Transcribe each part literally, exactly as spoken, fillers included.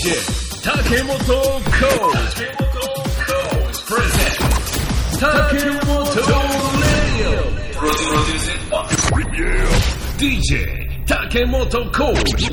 ジェー 竹本コーチプレゼンツ竹本レディオ ディージェー 竹本コーチ。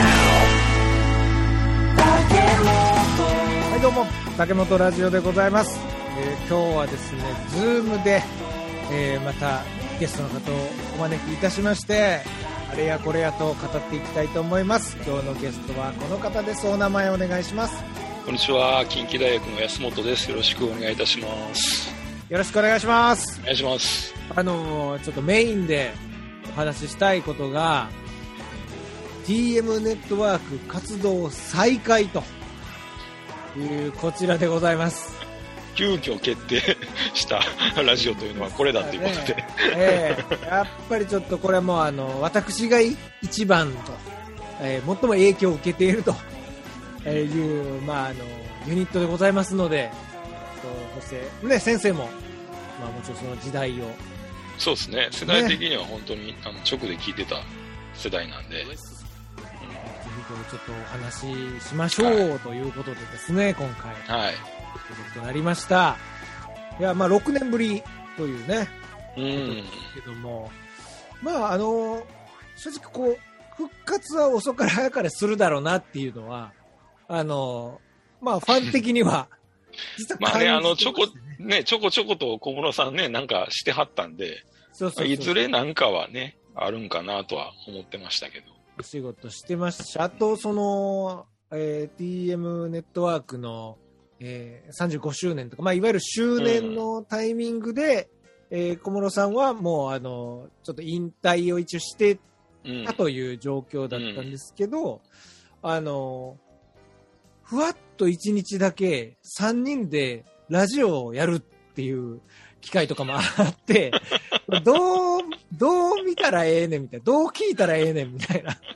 はいどうも竹本ラジオでございます。えー、今日はですねズームで、えー、またゲストの方をお招きいたしましてあれやこれやと語っていきたいと思います。今日のゲストはこの方です。お名前お願いします。 こんにちは、近畿大学の安本です。よろしくお願いいたします。 よろしくお願いします。 お願いします。 あのー、ちょっとメインでお話ししたいことが ティーエム ネットワーク活動再開というこちらでございます。 急遽決定したラジオというのはこれだということで、 えー、やっぱりちょっとこれもあの私が一番と、えー、最も影響を受けているという、まあ、あのユニットでございますので、そして、ね、先生も、まあ、もちろんその時代をそうですね、世代的には本当に、ね、あの直で聞いてた世代なんで、うん、ぜひこれちょっとお話ししましょう、はい、ということでですね今回、はいとなりました。いや、まあろくねんぶりというね、うん、けども、まああの正直こう復活は遅から早からするだろうなっていうのはあのまあファン的には実はまあねあのちょこねちょこちょこと小室さんねなんかしてはったんで、そうそうそう、いずれなんかはねあるんかなとは思ってましたけど。 お仕事してましたし、あとその、えー、ティーエム ネットワークのえー、さんじゅうごしゅうねんとか、まあ、いわゆる周年のタイミングで、うんえー、小室さんはもうあのちょっと引退を一応してたという状況だったんですけど、うん、あのふわっといちにちだけさんにんでラジオをやるっていう機会とかもあってどうどう見たらええねんみたいな、どう聞いたらええねんみたいな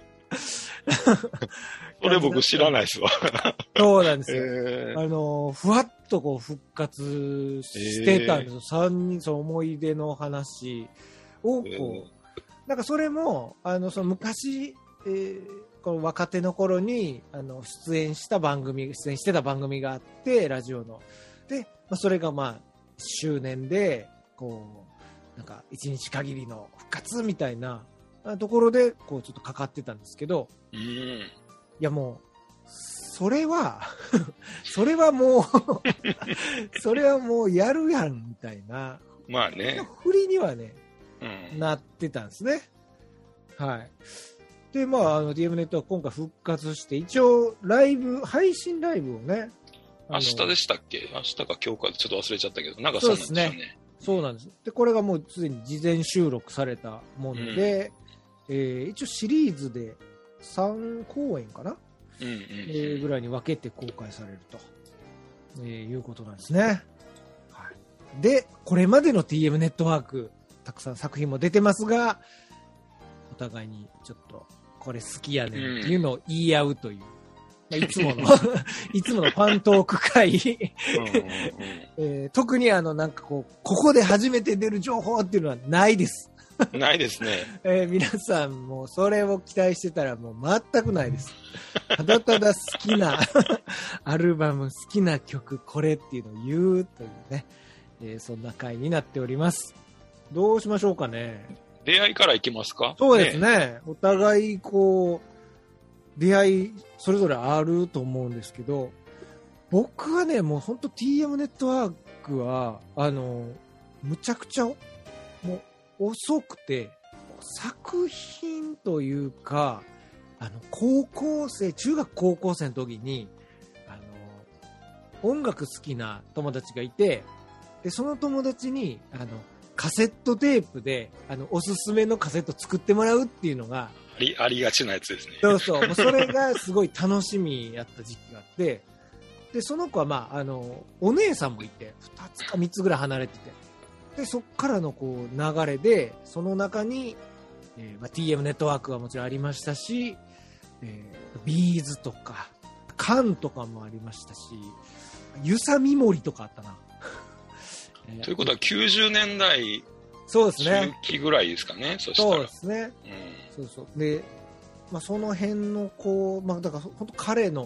それ僕知らないですわそうなんですよ、えー、あのふわっとこう復活してたんですよ、えー、さんにんその思い出の話をこう、えー、なんかそれもあのその昔、えー、この若手の頃にあの出演した番組出演してた番組があってラジオので、まあ、それがまあ周年でこうなんか一日限りの復活みたいなところでこうちょっとかかってたんですけど、うん、いやもうそれはそれはもうそれはもうやるやんみたいな、 まあね振りにはね、うん、なってたんですね。はい。でまああの ティーエム ネットは今回復活して一応ライブ配信ライブをね明日でしたっけ、明日か今日かちょっと忘れちゃったけどなんかそうなんですよね。 そうなんです。でこれがもうすでに事前収録されたもので、うんえー、一応シリーズでさんこうえんかな、うんうんうんえー、ぐらいに分けて公開されると、えー、いうことなんですね、はい、でこれまでの ティーエム ネットワークたくさん作品も出てますがお互いにちょっとこれ好きやねんっていうのを言い合うという、うんまあ、いつものいつものファントーク会、うんうんうんえー、特にあのなんかこうここで初めて出る情報っていうのはないですないですね、 えー、皆さんもそれを期待してたらもう全くないです。ただただ好きなアルバム好きな曲これっていうのを言うというね、えー、そんな回になっております。どうしましょうかね。 出会いからいきますか。 そうですね、ねお互いこう出会いそれぞれあると思うんですけど僕はねもう本当 ティーエム ネットワークはあのむちゃくちゃもう遅くて作品というかあの高校生中学高校生の時にあの音楽好きな友達がいてでその友達にあのカセットテープであのおすすめのカセット作ってもらうっていうのがあり、ありがちなやつですね。 そうそうもうそれがすごい楽しみやった時期があってでその子は、まあ、あのお姉さんもいてふたつかみっつぐらい離れててでそっからのこう流れでその中に、えーまあ、ティーエム ネットワークはもちろんありましたし、えー、ビーズとかカンとかもありましたしユサミモリとかあったなということはきゅうじゅうねんだいそうですね中期ぐらいですかね。そしたらそうですね、うん、そうそうで、まあ、その辺のこう、まあ、だから本当彼の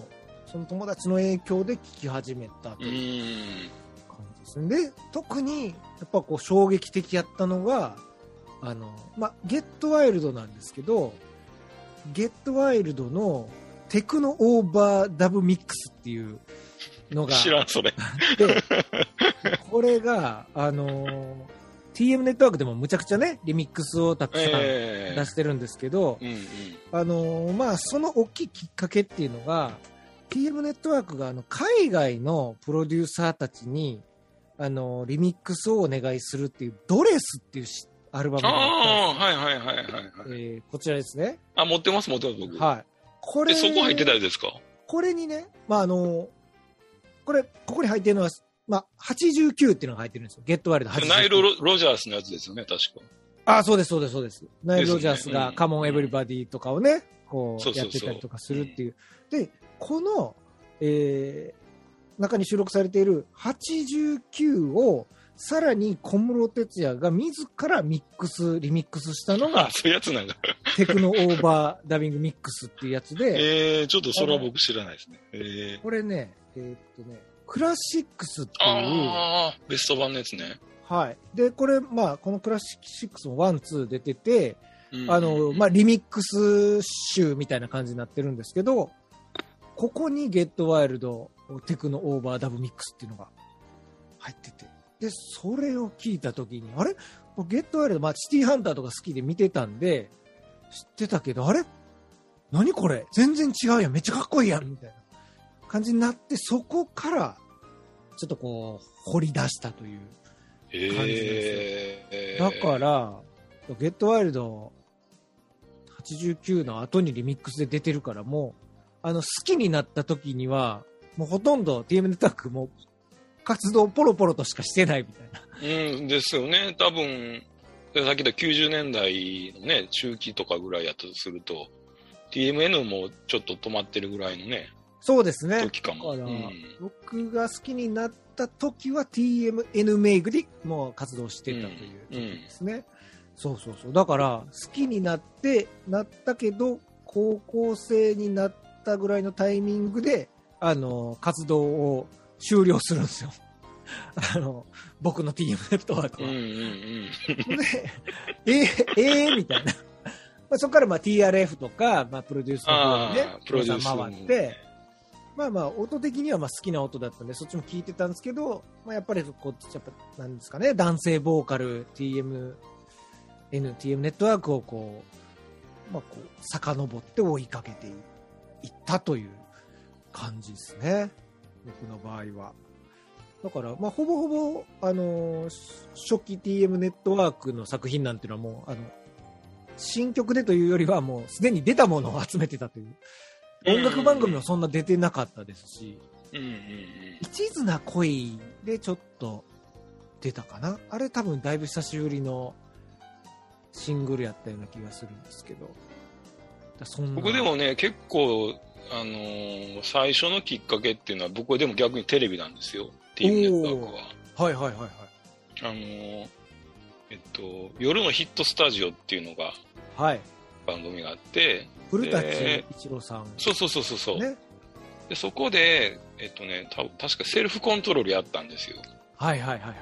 その友達の影響で聴き始めたという感じですね。で、特にやっぱこう衝撃的やったのが、あの、まあ、ゲットワイルドなんですけど、ゲットワイルドのテクノオーバーダブミックスっていうのが。 知らん、それ。 で、これが、あのー、ティーエム ネットワークでもむちゃくちゃね、リミックスをたくさん出してるんですけど、えーうんうん、あのー、まあ、その大きいきっかけっていうのが、ティーエム ネットワークがあの海外のプロデューサーたちに、あのー、リミックスをお願いするっていう、ドレスっていうアルバムがあああ、はいはいはいはい、はいえー。こちらですね。 あ、持ってます持ってます僕。 はい。これ、 そこ入ってたやつですか？ これにね、まあ、あのー、これ、ここに入ってるのは、まあ、はちじゅうきゅうっていうのが入ってるんですよ。ゲットワイルドはちじゅうきゅう。 ナイル・ロジャースのやつですよね、確か。 あ、そうです、そうです、そうです。ナイル・ロジャースが、カモン・エブリバディとかをね、こう、やってたりとかするっていう。で、この、えー、中に収録されているはちじゅうきゅうを、さらに小室哲哉が自らミックス、リミックスしたのが、 そういうやつなんだ。 テクノオーバーダビングミックスっていうやつで。 えー、ちょっとそれは僕知らないですね。えー、 これね、えー、っとね、クラシックスっていう。 ああ、ベスト版のやつね。 はい。で、これ、まあ、このクラシックスもワン、ツー出てて、うんうん、あの、まあ、リミックス集みたいな感じになってるんですけど、ここにゲットワイルド、テクノオーバーダブミックスっていうのが入ってて。で、それを聞いたときに、あれゲットワイルド、まあ、シティハンターとか好きで見てたんで、知ってたけど、あれ何これ全然違うやん。めっちゃかっこいいやんみたいな感じになって、そこから、ちょっとこう、掘り出したという感じです、えー、だから、ゲットワイルドはちじゅうきゅうの後にリミックスで出てるから、もう、あの、好きになった時には、もうほとんど ティーエム ネットワークも活動ポロポロとしかしてないみたいな。うんですよね。多分、さっき言ったきゅうじゅうねんだいのね、中期とかぐらいやったとすると、ティーエムエヌ もちょっと止まってるぐらいのね。 そうですね。 時かも。 だから、うん、僕が好きになった時は ティーエムエヌ メイクでもう活動してたという時ですね、うんうん。そうそうそう。だから、好きになって、なったけど、高校生になったぐらいのタイミングで、あの、活動を終了するんですよ。あの、僕の ティーエム ネットワークは。うんうんうん、で、えー、えー、みたいな。まあ、そこからまあ ティーアールエフ とか、まあ、プロデュースの方にね、プロデュース回って、まあまあ、音的にはまあ好きな音だったんで、そっちも聞いてたんですけど、まあ、やっぱりこっち、やっぱ、なんですかね、男性ボーカル、ティーエムエヌ、ティーエム ネットワークをこう、まあこう、遡って追いかけていったという感じですね。僕の場合は。だから、まあ、ほぼほぼ、あのー、初期 ティーエム ネットワークの作品なんていうのはもう、あの、新曲でというよりはもうすでに出たものを集めてたという。音楽番組もそんな出てなかったですし、うんうんうん、一途な恋でちょっと出たかな。あれ多分だいぶ久しぶりのシングルやったような気がするんですけど。そんな僕でもね、結構、あのー、最初のきっかけっていうのは僕はでも逆にテレビなんですよ。ティーエム ネットワークは。 はいはいはいはい。 あのー、えっと、夜のヒットスタジオっていうのが、 はい。 番組があって、 古舘一郎さん。 そうそうそうそう。ね、で、そこで、えっとね、た確かセルフコントロールやったんですよ。 はいはいはいはい。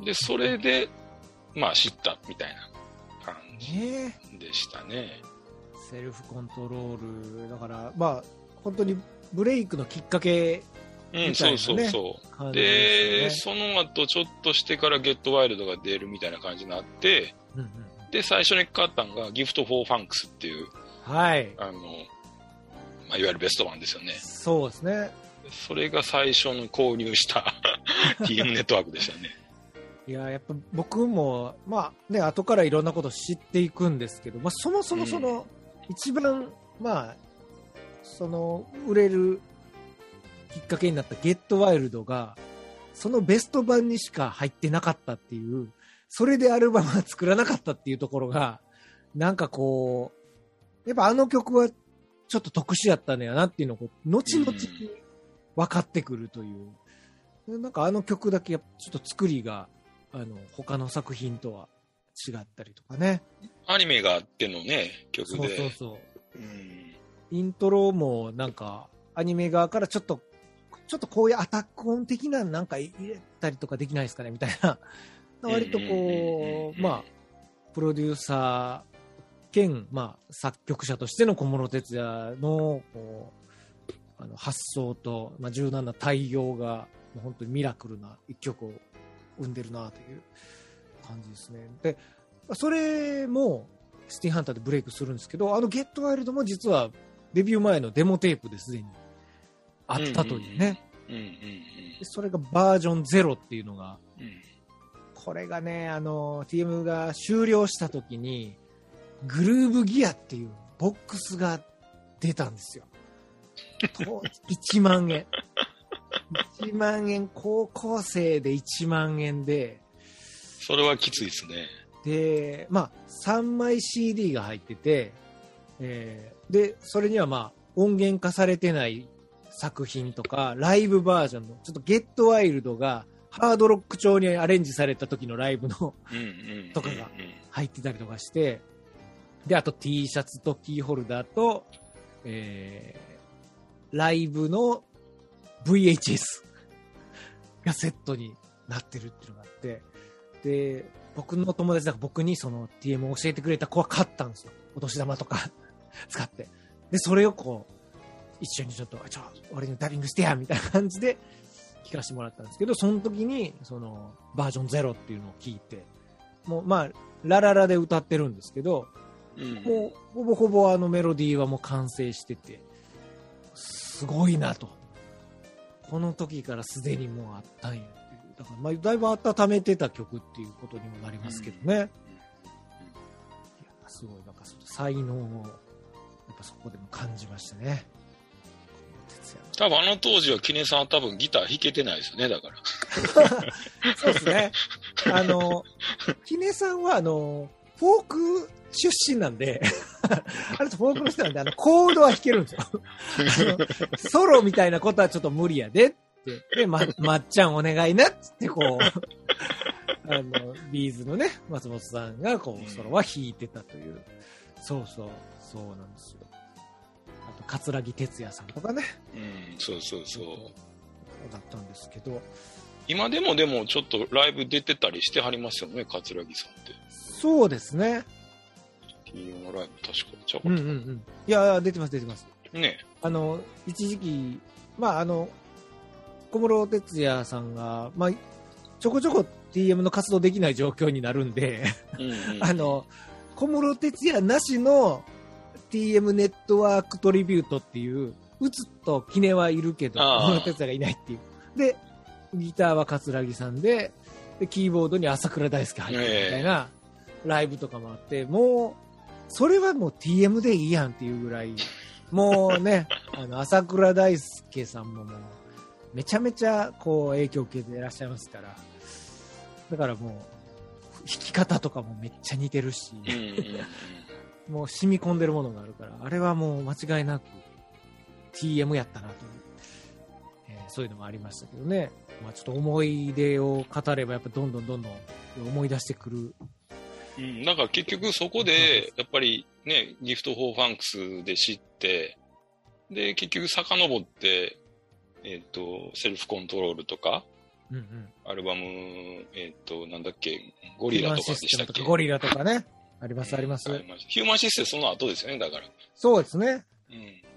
で、それで、まあ知ったみたいな感じでしたね。ねセルフコントロール、だから、まあ、本当にブレイクのきっかけみたいな、ね、うん、そうそうそう。 で、ね、その後ちょっとしてからゲットワイルドが出るみたいな感じになって、うんうん、で、最初にかかったのがギフトフォーファンクスっていう、 はい。 あの、まあ、いわゆるベストワンですよね。 そうですね。 それが最初の購入したティーエム ネットワークでしたね。 いや、やっぱ僕も、まあね、後からいろんなことを知っていくんですけど、まあそもそもその、うん、一番、まあ、その、売れるきっかけになったゲットワイルドが、そのベスト版にしか入ってなかったっていう、それでアルバムは作らなかったっていうところが、なんかこう、やっぱあの曲はちょっと特殊やったんだよなっていうのを、後々に分かってくるという。うん、なんかあの曲だけちょっと作りが、あの、他の作品とは違ったりとかね。 アニメがあってのね、曲で。 そうそうそう。うん、イントロもなんか、 アニメ側からちょっと、ちょっとこういうアタック音的ななんか入れたりとかできないですかねみたいな、割とこう、まあ、プロデューサー兼、まあ、作曲者としての小室哲哉の、こう、あの発想と、まあ、柔軟な対応が、もう本当にミラクルな一曲を生んでるなという感じですね。で、それも、シティハンターでブレイクするんですけど、あのゲットワイルドも実はデビュー前のデモテープですでにあったというね。それがバージョンゼロっていうのが、うん、これがね、あの ティーエム が終了した時にグルーブギアっていうボックスが出たんですよ。いちまんえん。いちまんえん、高校生でいちまんえんで。 それはきついですね。 で、まあ、さんまい シーディー が入ってて、えー、で、それにはまあ、音源化されてない作品とか、ライブバージョンの、ちょっとゲットワイルドが、ハードロック調にアレンジされた時のライブのとかが入ってたりとかして、で、あと T シャツとキーホルダーと、えー、ライブの ブイエイチエス がセットになってるっていうのがあって、で、僕の友達が僕にその ティーエム を教えてくれた子は買ったんですよ。お年玉とか使って。で、それをこう、一緒にちょっと、ちょ、俺にダビングしてやみたいな感じで聞かせてもらったんですけど、その時に、その、バージョンゼロっていうのを聞いて、もう、まあ、ラララで歌ってるんですけど、うん、もう、ほぼほぼあのメロディーはもう完成してて、すごいなと。この時からすでにもうあったんや。だからまあだいぶ温めてた曲っていうことにもなりますけどね。うん、いやすごいなんかその才能をやっぱそこでも感じましたね。 多分あの当時はキネさんは多分ギター弾けてないですよね、だから。 そうですね。あのキネさんはあのフォーク出身なんで、あれフォークの人なんであのコードは弾けるんですよ。ソロみたいなことはちょっと無理やで。で、ま、まっちゃんお願いなっつってこう、あの、ビーズのね、松本さんがこう、ソロは弾いてたという。そうそう、そうなんですよ。あと、桂木哲也さんとかね。 うん、そうそうそう。 だったんですけど。 今でもでもちょっとライブ出てたりしてはりますよね、桂木さんって。 そうですね。 ティーエム のライブ確かちゃうかった。うんうんうん。いや、出てます、出てます。 ね。 あの、一時期、まあ、あの、小室哲哉さんが、まあ、ちょこちょこ ティーエム の活動できない状況になるんで、うんうん、あの、小室哲哉なしの ティーエム ネットワークトリビュートっていう、うつとキネはいるけど、小室哲哉がいないっていう。で、ギターは桂木さんで、で、キーボードに朝倉大輔入ってるみたいなライブとかもあって、もう、それはもう ティーエム でいいやんっていうぐらい、もうね、あの、朝倉大輔さんももう、めちゃめちゃこう影響を受けていらっしゃいますから、だからもう弾き方とかもめっちゃ似てるし、もう染み込んでるものがあるから、あれはもう間違いなく ティーエム やったなという、えー、そういうのもありましたけどね。まあちょっと思い出を語ればやっぱどんどんどんどん思い出してくる。 うん、なんか結局そこでやっぱりね、ギフトフォーファンクスで知って、で結局遡って。えっ、ー、と、セルフコントロールとか、うんうん、アルバム、えっ、ー、と、なんだっけ、ゴリラとかでしたっけ。 ゴリラとかね。あります、あります。 ヒューマンシステムその後ですよね、だから。 そうですね。 うん。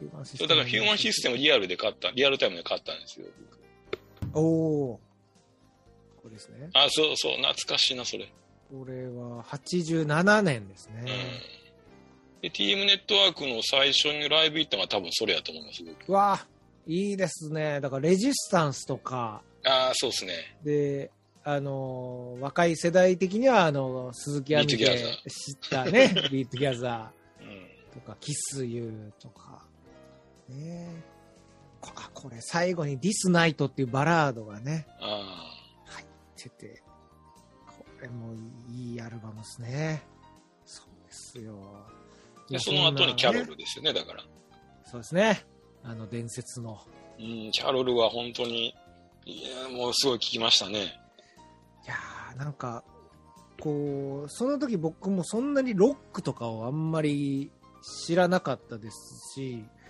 そうだからヒューマンシステムリアルで買った、リアルタイムで買ったんですよ。 おお。これですね。 あ、そうそう、懐かしいな、それ。 これははちじゅうななねんですね。うん。 で、ティーエム ネットワークの最初にライブ行ったのが多分それやと思います。 うわぁ。いいですね。だからレジスタンスとか。 ああ、そうですね。 で、あのー、若い世代的には、あの、鈴木亜美で知ったね、ビートギャザーとか、キスユーとか。ねあ、これ最後にディスナイトっていうバラードがね、あ入ってて、これもいいアルバムですね。そうですよ。 で、その後にキャロルですよね、だから。 そうですね。あの伝説の。 うん、キャロルは本当に、いや、もうすごい聞きましたね。いやー、なんか、こう、その時僕もそんなにロックとかをあんまり知らなかったですし、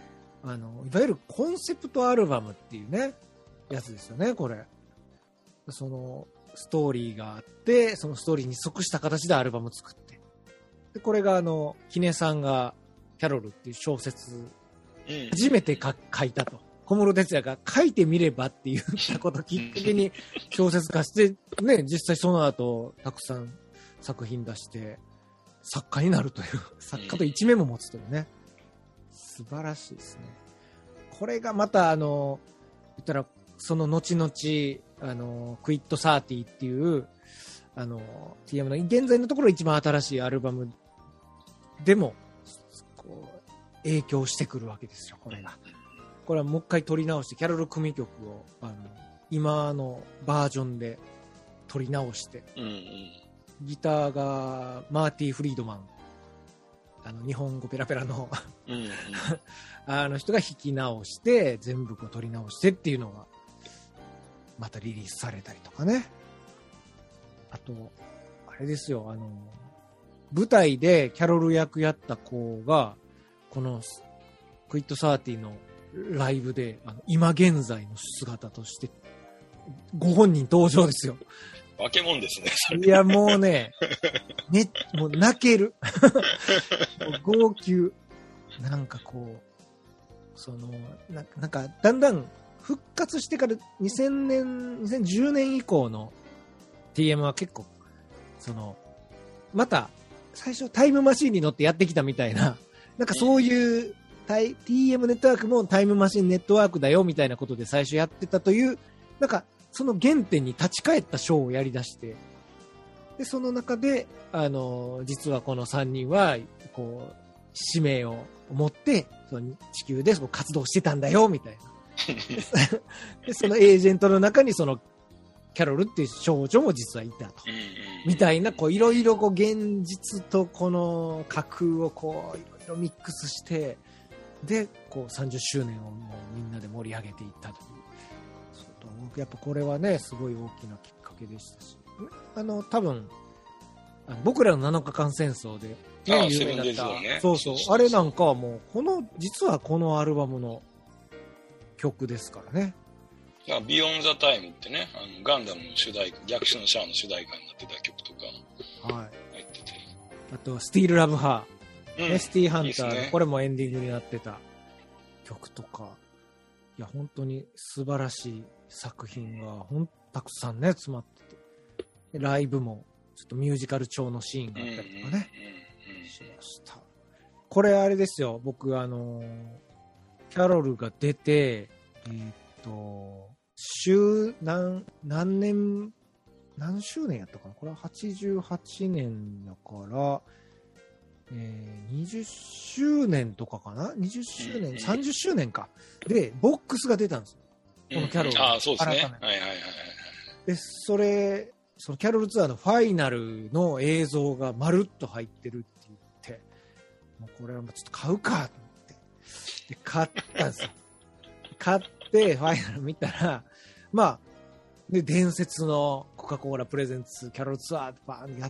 あの、いわゆるコンセプトアルバムっていうね、やつですよね、これ。その、ストーリーがあって、そのストーリーに即した形でアルバム作って。で、これがあの、ヒネさんが、キャロルっていう小説、初めてか書いたと。小室哲哉が書いてみればって言ったことをきっかけに小説化して、ね、実際その後、たくさん作品出して、作家になるという、作家と一面も持つというね。素晴らしいですね。これがまた、あの、言ったら、その後々、あの、クイットサーティーっていう、あの、ティーエム の現在のところ一番新しいアルバムでも、こう、影響してくるわけですよ、これが。これはもう一回撮り直して、キャロル組曲を、あの、今のバージョンで撮り直して、 うんうん、 ギターがマーティ・フリードマン、あの、日本語ペラペラのうん、うん、あの人が弾き直して、全部こう撮り直してっていうのが、またリリースされたりとかね。あと、あれですよ、あの、舞台でキャロル役やった子が、このクイットサーティーのライブで、あの今現在の姿として、ご本人登場ですよ。 化け物ですね、それ。 いや、もうね、ね、もう泣ける。号泣。なんかこう、そのな、なんか、だんだん復活してからにせんねん、にせんじゅうねん以降の ティーエム は結構、その、また、最初タイムマシーンに乗ってやってきたみたいな、なんかそういうタイ ティーエム ネットワークもタイムマシンネットワークだよみたいなことで最初やってたという、なんかその原点に立ち返ったショーをやり出して、で、その中で、あの、実はこのさんにんは、こう、使命を持って、その地球でその活動してたんだよみたいな。で、そのエージェントの中にその、キャロルっていう少女も実はいたと。みたいな、こう、いろいろこう、現実とこの架空をこう、いろいろミックスして、で、こう、さんじゅっしゅうねんをもうみんなで盛り上げていったという。そうやっぱこれはね、すごい大きなきっかけでしたし。あの、多分、あの僕らのなのかかん戦争で、 ね、有名だった、ね、 そうそう、あれなんかはもう、この、実はこのアルバムの曲ですからね。 ビヨンザタイムってね、あのガンダムの主題歌、逆襲のシャアの主題歌になってた曲とか入ってて、はい、 あとスティールラブハー、うん、シティハンター、いいね、これもエンディングになってた曲とか、いや本当に素晴らしい作品がほんたくさんね詰まってて、ライブもちょっとミュージカル調のシーンがあったりとかね、うんうんうん、しました。これあれですよ、僕あのキャロルが出て、えー、っと週何何年何周年やったかな、これははちじゅうはちねんだから、えー、にじゅっしゅうねんとかかな、にじゅっしゅうねん、さんじゅっしゅうねんかでボックスが出たんですよ、このキャロル、うん、 ああそうですね、はいはいはいはい、 でそれそのキャロルツアーのファイナルの映像がまるっと入ってるって言って、もうこれはもうちょっと買うかと思ってで買ったんですよ。買ってファイナル見たら、まあで伝説のコカ・コーラプレゼンツキャロルツアーバーンやって、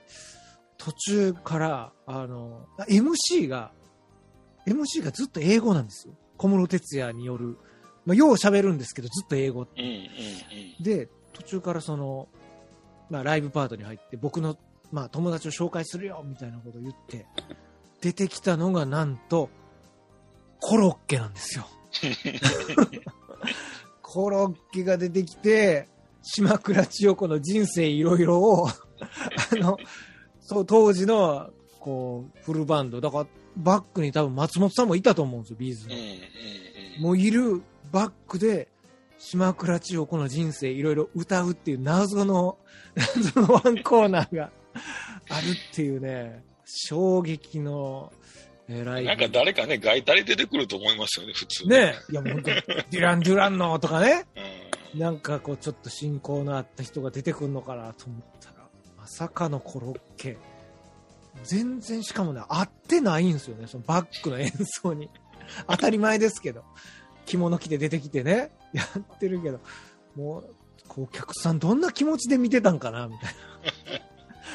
途中からあの エムシー が エムシー がずっと英語なんですよ。小室哲哉による、まあ、よう喋るんですけどずっと英語、うんうんうん、で途中からその、まあ、ライブパートに入って僕の、まあ、友達を紹介するよみたいなことを言って出てきたのがなんとコロッケなんですよ。コロッケが出てきて、島倉千代子の人生いろいろをあのそう当時のこうフルバンドだからバックに多分松本さんもいたと思うんですよ、ビーズの、うんうんうん、もういるバックで島倉千代子の人生いろいろ歌うっていう謎の謎のワンコーナーがあるっていうね、衝撃のライブ。なんか誰かね、ガイタレ出てくると思いますよね、普通。 ねえ。いや、もう本当に、デュラン・デュランのとかね。うん、なんかこう、ちょっと親交のあった人が出てくるのかなと思ったら、まさかのコロッケ。全然、しかもね、合ってないんですよね、そのバックの演奏に。当たり前ですけど。着物着て出てきてね、やってるけど、もう、お客さんどんな気持ちで見てたんかな、みたいな。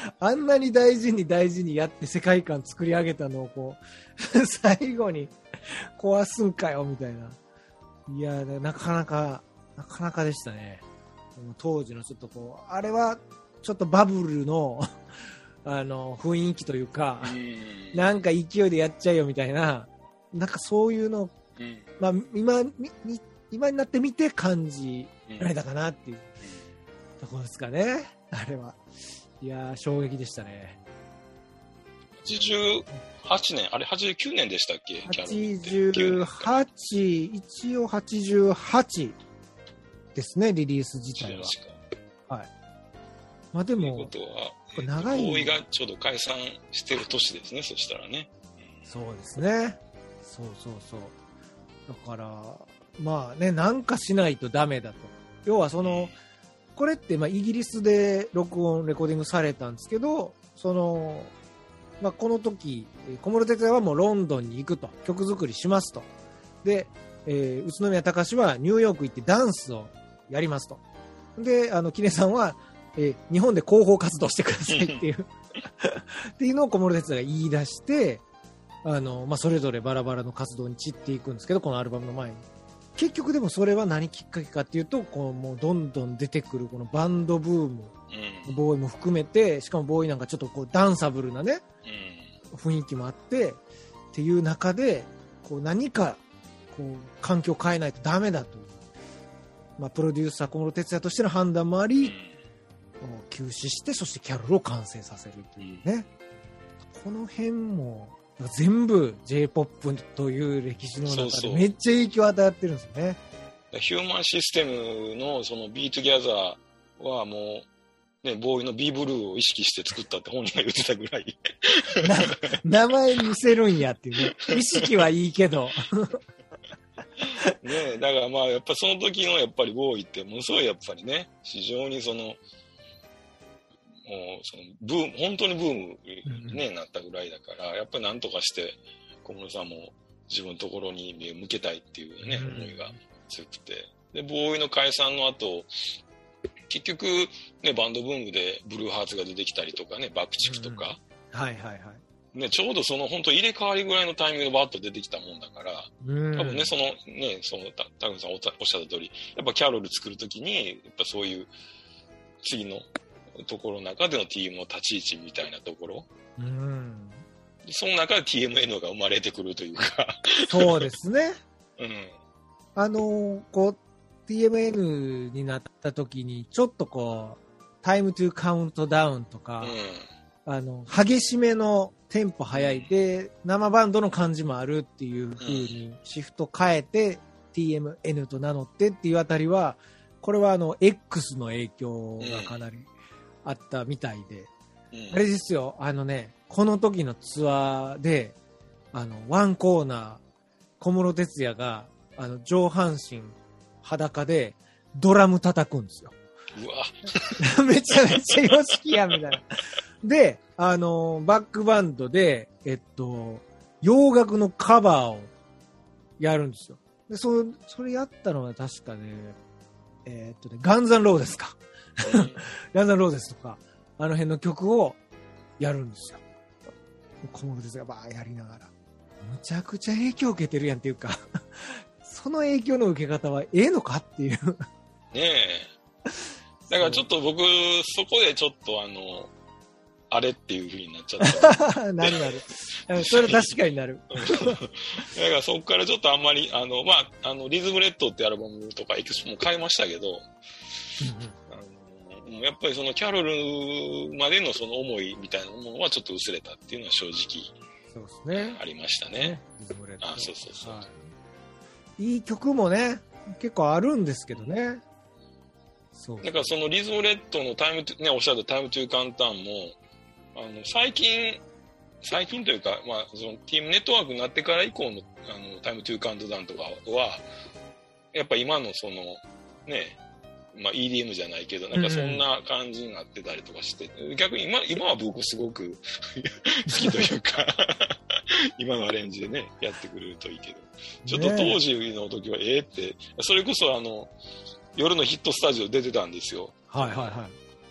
あんなに大事に大事にやって世界観作り上げたのをこう最後に壊すんかよみたいな。いやなかなかなかなかでしたね。当時のちょっとこうあれはちょっとバブルのあの雰囲気というか、なんか勢いでやっちゃえよみたいな、なんかそういうの、まあ今に今になってみて感じられたかなっていうところですかね。あれは。いやー、衝撃でしたね。 はちじゅうはちねん、あれはちじゅうきゅうねんでしたっけ？ はちじゅうはち、一応はちじゅうはちですね、リリース自体は。はい。まあでも、 ということは、 長い。 ボーイがちょうど解散してる年ですね、そしたらね。 そうですね。そうそうそう。だから、まあね、なんかしないとダメだと。要はその、これってまあイギリスで録音、レコーディングされたんですけど、その、まあ、この時、小室哲哉はもうロンドンに行くと、曲作りしますと。で、えー、宇都宮隆はニューヨーク行ってダンスをやりますと。で、あの、キネさんは、えー、日本で広報活動してくださいっていう、っていうのを小室哲哉が言い出して、あの、まあ、それぞれバラバラの活動に散っていくんですけど、このアルバムの前に。結局でもそれは何きっかけかっていうと、こうもうどんどん出てくるこのバンドブーム、うん、ボーイも含めて、しかもボーイなんかちょっとこうダンサブルなね、うん、雰囲気もあってっていう中で、こう何かこう環境を変えないとダメだという、まあ、プロデューサー小室哲哉としての判断もあり、うん、休止して、そしてキャロルを完成させるというね、この辺も全部 J-ポップ という歴史の中でめっちゃ影響を与えてるんですよね。 そうそう、ヒューマンシステムのそのビートギャザーはもう、ね、ボーイの B ブルーを意識して作ったって本人が言ってたぐらい名前にせるんやっていうね。意識はいいけどね、だからまあやっぱその時のやっぱりボーイってものすごいやっぱりね、非常にそのもうそのブーム、本当にブームに、ね、うん、なったぐらいだから、やっぱりなんとかして小室さんも自分のところに目を向けたいっていうね、うん、思いが強くて、でボーイの解散の後結局ね、バンドブームでブルーハーツが出てきたりとかね、爆竹とか、 うん、はいはいはいね、ちょうどその本当入れ替わりぐらいのタイミングでバーッと出てきたもんだから、うん、多分ね、そのね、そのタグさんおっしゃった通り、やっぱキャロル作るときにやっぱそういう次のところの中での ティーエム の立ち位置みたいなところ、うん、その中で ティーエムエヌ が生まれてくるというかそうですね、 うん、 あのー、こう ティーエムエヌ になった時にちょっとこうタイムトゥカウントダウンとか、うん、あの激しめのテンポ速いで生バンドの感じもあるっていう風にシフト変えて、うん、ティーエムエヌ と名乗ってっていうあたりは、これはあの X の影響がかなり、うんあったみたいで、うん、あれですよ、あのね、この時のツアーで、あの、ワンコーナー、小室哲哉が、あの、上半身裸でドラム叩くんですよ。 うわめちゃめちゃよしきや、みたいな。で、あの、バックバンドで、えっと、洋楽のカバーをやるんですよ。で、そ、それやったのは確かね、えー、っとね、ガンザンローですか。ランザンローゼスとかあの辺の曲をやるんですよ。小室哲哉がバーやりながらむちゃくちゃ影響を受けてるやんっていうかその影響の受け方はええのかっていうねえ。だからちょっと僕そこでちょっとあのあれっていう風になっちゃったなるなるそれ確かになるだからそこからちょっとあんまりあのまああのリズムレッドってアルバムとかエクスポも買いましたけどやっぱりそのキャロルまでのその思いみたいなものはちょっと薄れたっていうのは正直そうですね、 ありましたね。あ、そうそうそう、はい。 いい曲もね結構あるんですけどね。 そう。だからそのリズムレッドのタイムトゥねおっしゃったタイムトゥーカウントダウンもあの最近最近というかまあそのティームネットワークになってから以降のあのタイムトゥーカウントダウンとかはやっぱ今のそのね。まあ、イーディーエム じゃないけどなんかそんな感じになってたりとかして、うん、逆に今今は僕すごく好きというか今のアレンジでねやってくれるといいけどちょっと当時の時はええってそれこそあの夜のヒットスタジオ出てたんですよ。 はいはいは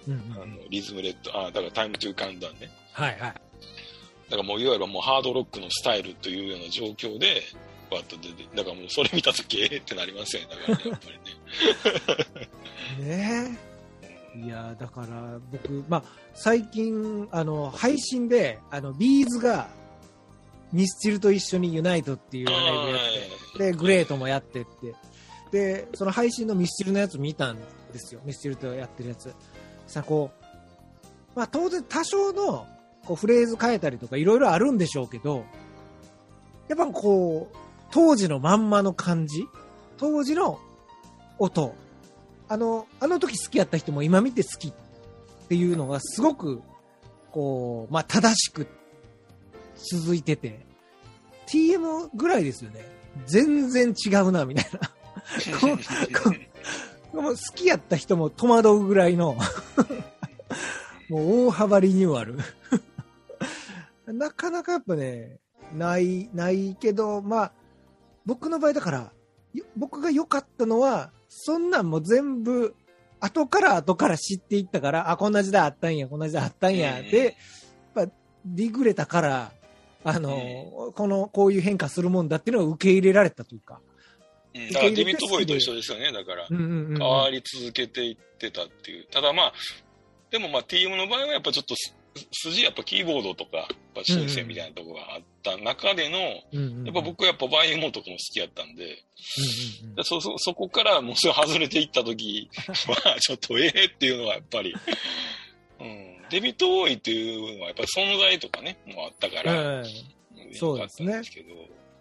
うんうんうん、 あのリズムレッド、あ、だからタイムトゥーカウントダウンね。 はいはい。 だからもういわゆるもうハードロックのスタイルというような状況で、バッと出て、だからもうそれ見たとき、えーってなりますよね、だからね、やっぱりね。 ねえ。いや、だから僕、まあ、最近、あの、配信で、あの、ビーズが、ミスチルと一緒にユナイトっていうライブやって、で、グレートもやってって、で、その配信のミスチルのやつ見たんですよ。ミスチルとやってるやつ。さ、こう、まあ当然多少のこうフレーズ変えたりとかいろいろあるんでしょうけど、やっぱこう、当時のまんまの感じ、当時の音、あの、あの時好きやった人も今見て好きっていうのがすごく、こう、まあ正しく続いてて、ティーエム ぐらいですよね。全然違うな、みたいな。ここもう好きやった人も戸惑うぐらいのもう大幅リニューアルなかなかやっぱねないないけど、まあ僕の場合だから僕が良かったのはそんなんも全部後から後から知っていったから、あこんな時代あったんやこんな時代あったんやで、やっぱリグレたからあのこのこういう変化するもんだっていうのを受け入れられたというか。 だからデビッド・ボーイと一緒ですよね。だから、変わり続けていってたっていう。ただまあ、でもまあ ティーエム の場合はやっぱちょっと筋やっぱキーボードとか、やっぱ修正みたいなところがあった中での、やっぱ僕はやっぱバイオモとかも好きやったんで、そ, そ, そこからもうそれ外れていった時は、ちょっとええっていうのはやっぱり、うん、デビッド・ボーイっていうのはやっぱり存在とかね、もあったから、 そうですね。 けど、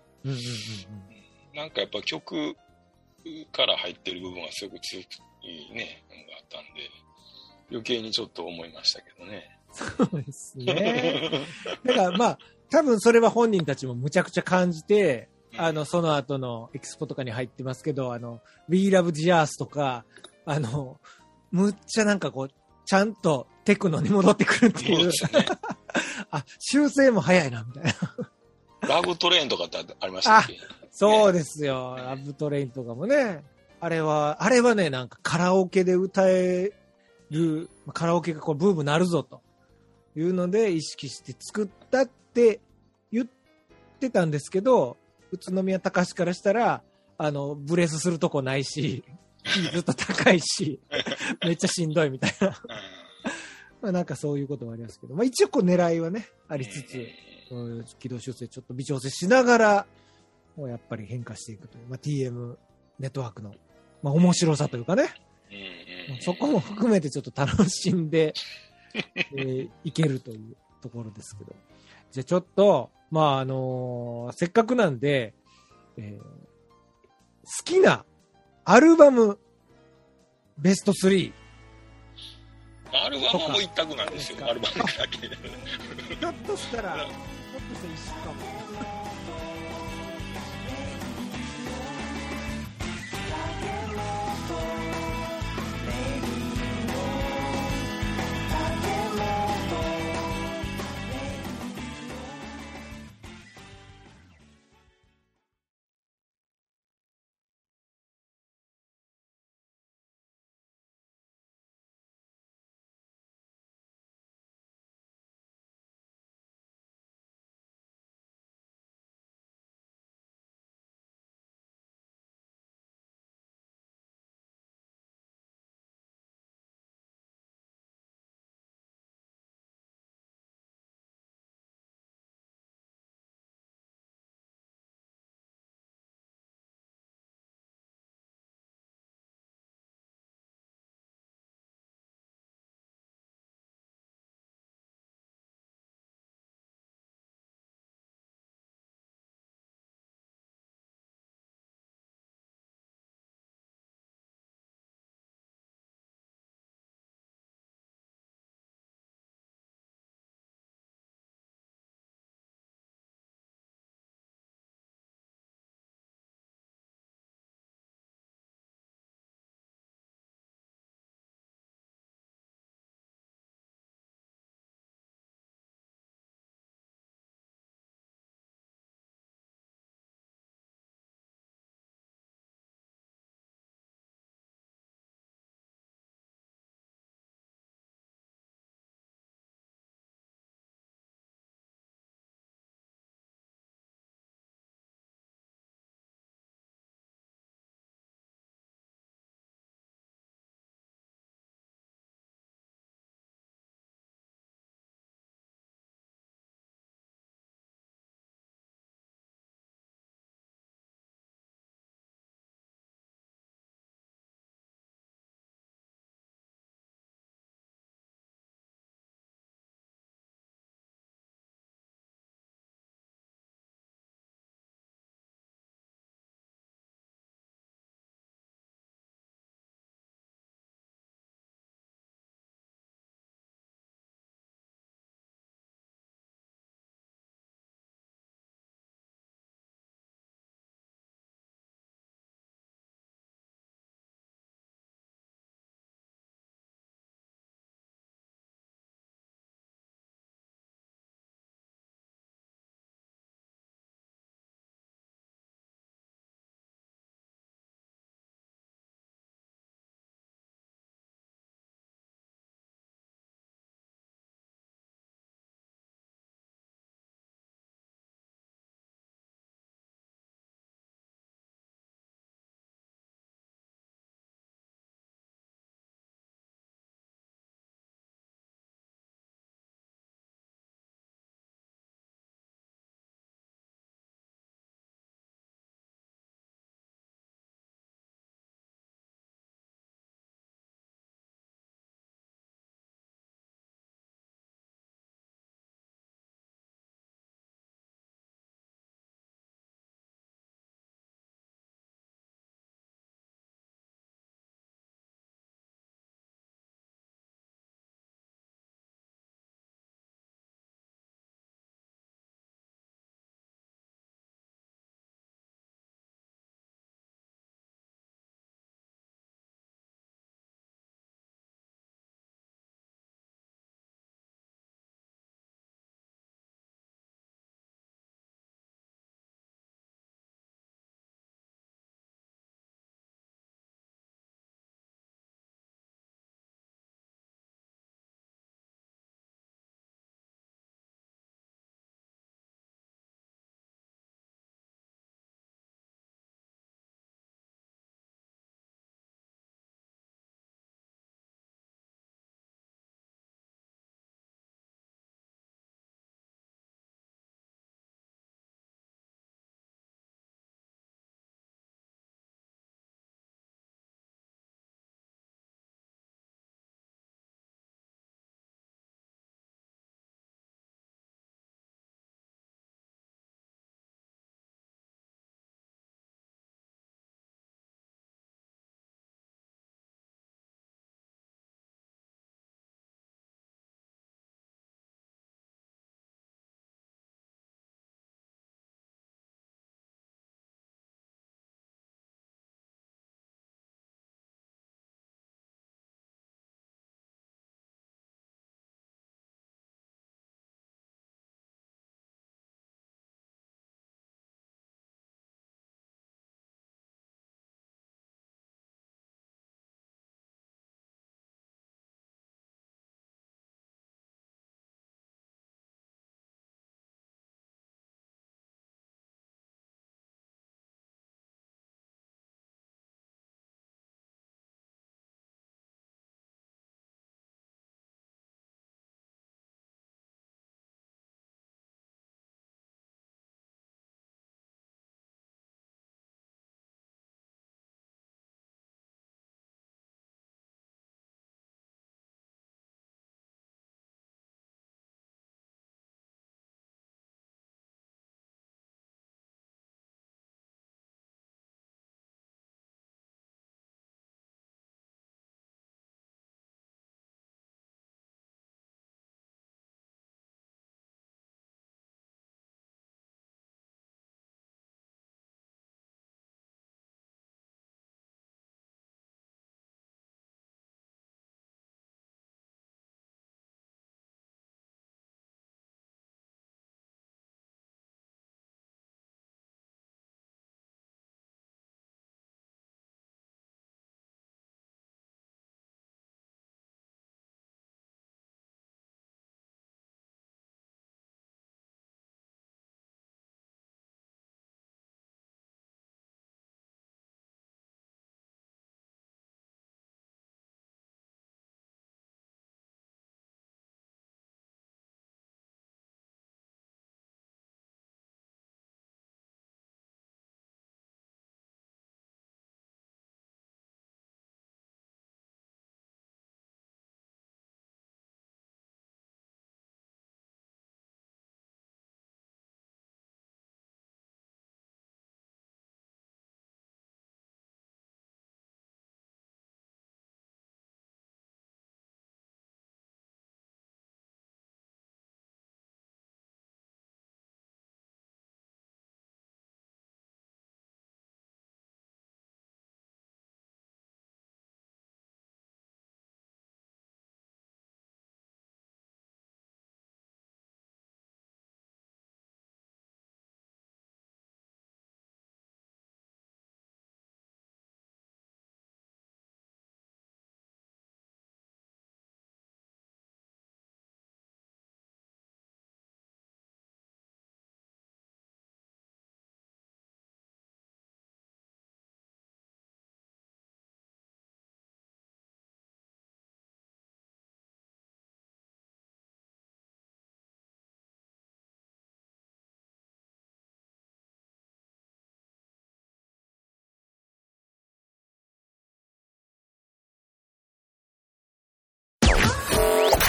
なんかやっぱ曲から入ってる部分はすごく強いね、のがあったんで、余計にちょっと思いましたけどね。 そうですね。だからまあ、多分それは本人たちもむちゃくちゃ感じて、うん、あの、その後のエキスポとかに入ってますけど、あの、We Love the Earth とか、あの、むっちゃなんかこう、ちゃんとテクノに戻ってくるっていう。そうですね。あ、修正も早いな、みたいな。 ラブトレインとかってありましたっけ？ そうですよ。ラブトレインとかもね。あれは、あれはね、なんかカラオケで歌える、カラオケがこうブームなるぞというので意識して作ったって言ってたんですけど、宇都宮隆からしたら、あの、ブレスするとこないし、ずっと高いし、めっちゃしんどいみたいな。まあなんかそういうこともありますけど、まあ一応こう狙いはね、ありつつ、軌道修正ちょっと微調整しながら、もうやっぱり変化していくという、まあ、ティーエム ネットワークの、まあ、面白さというかね、まあ、そこも含めてちょっと楽しんで、えー、いけるというところですけど。じゃあちょっと、まああのー、せっかくなんで、えー、好きなアルバムベストスリー。アルバムも一択なんですよ、アルバムだけ。 ひょっとしたら、ひょっとしたら一緒かも。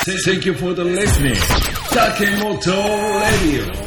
Thank you for the listening. Takemoto Radio.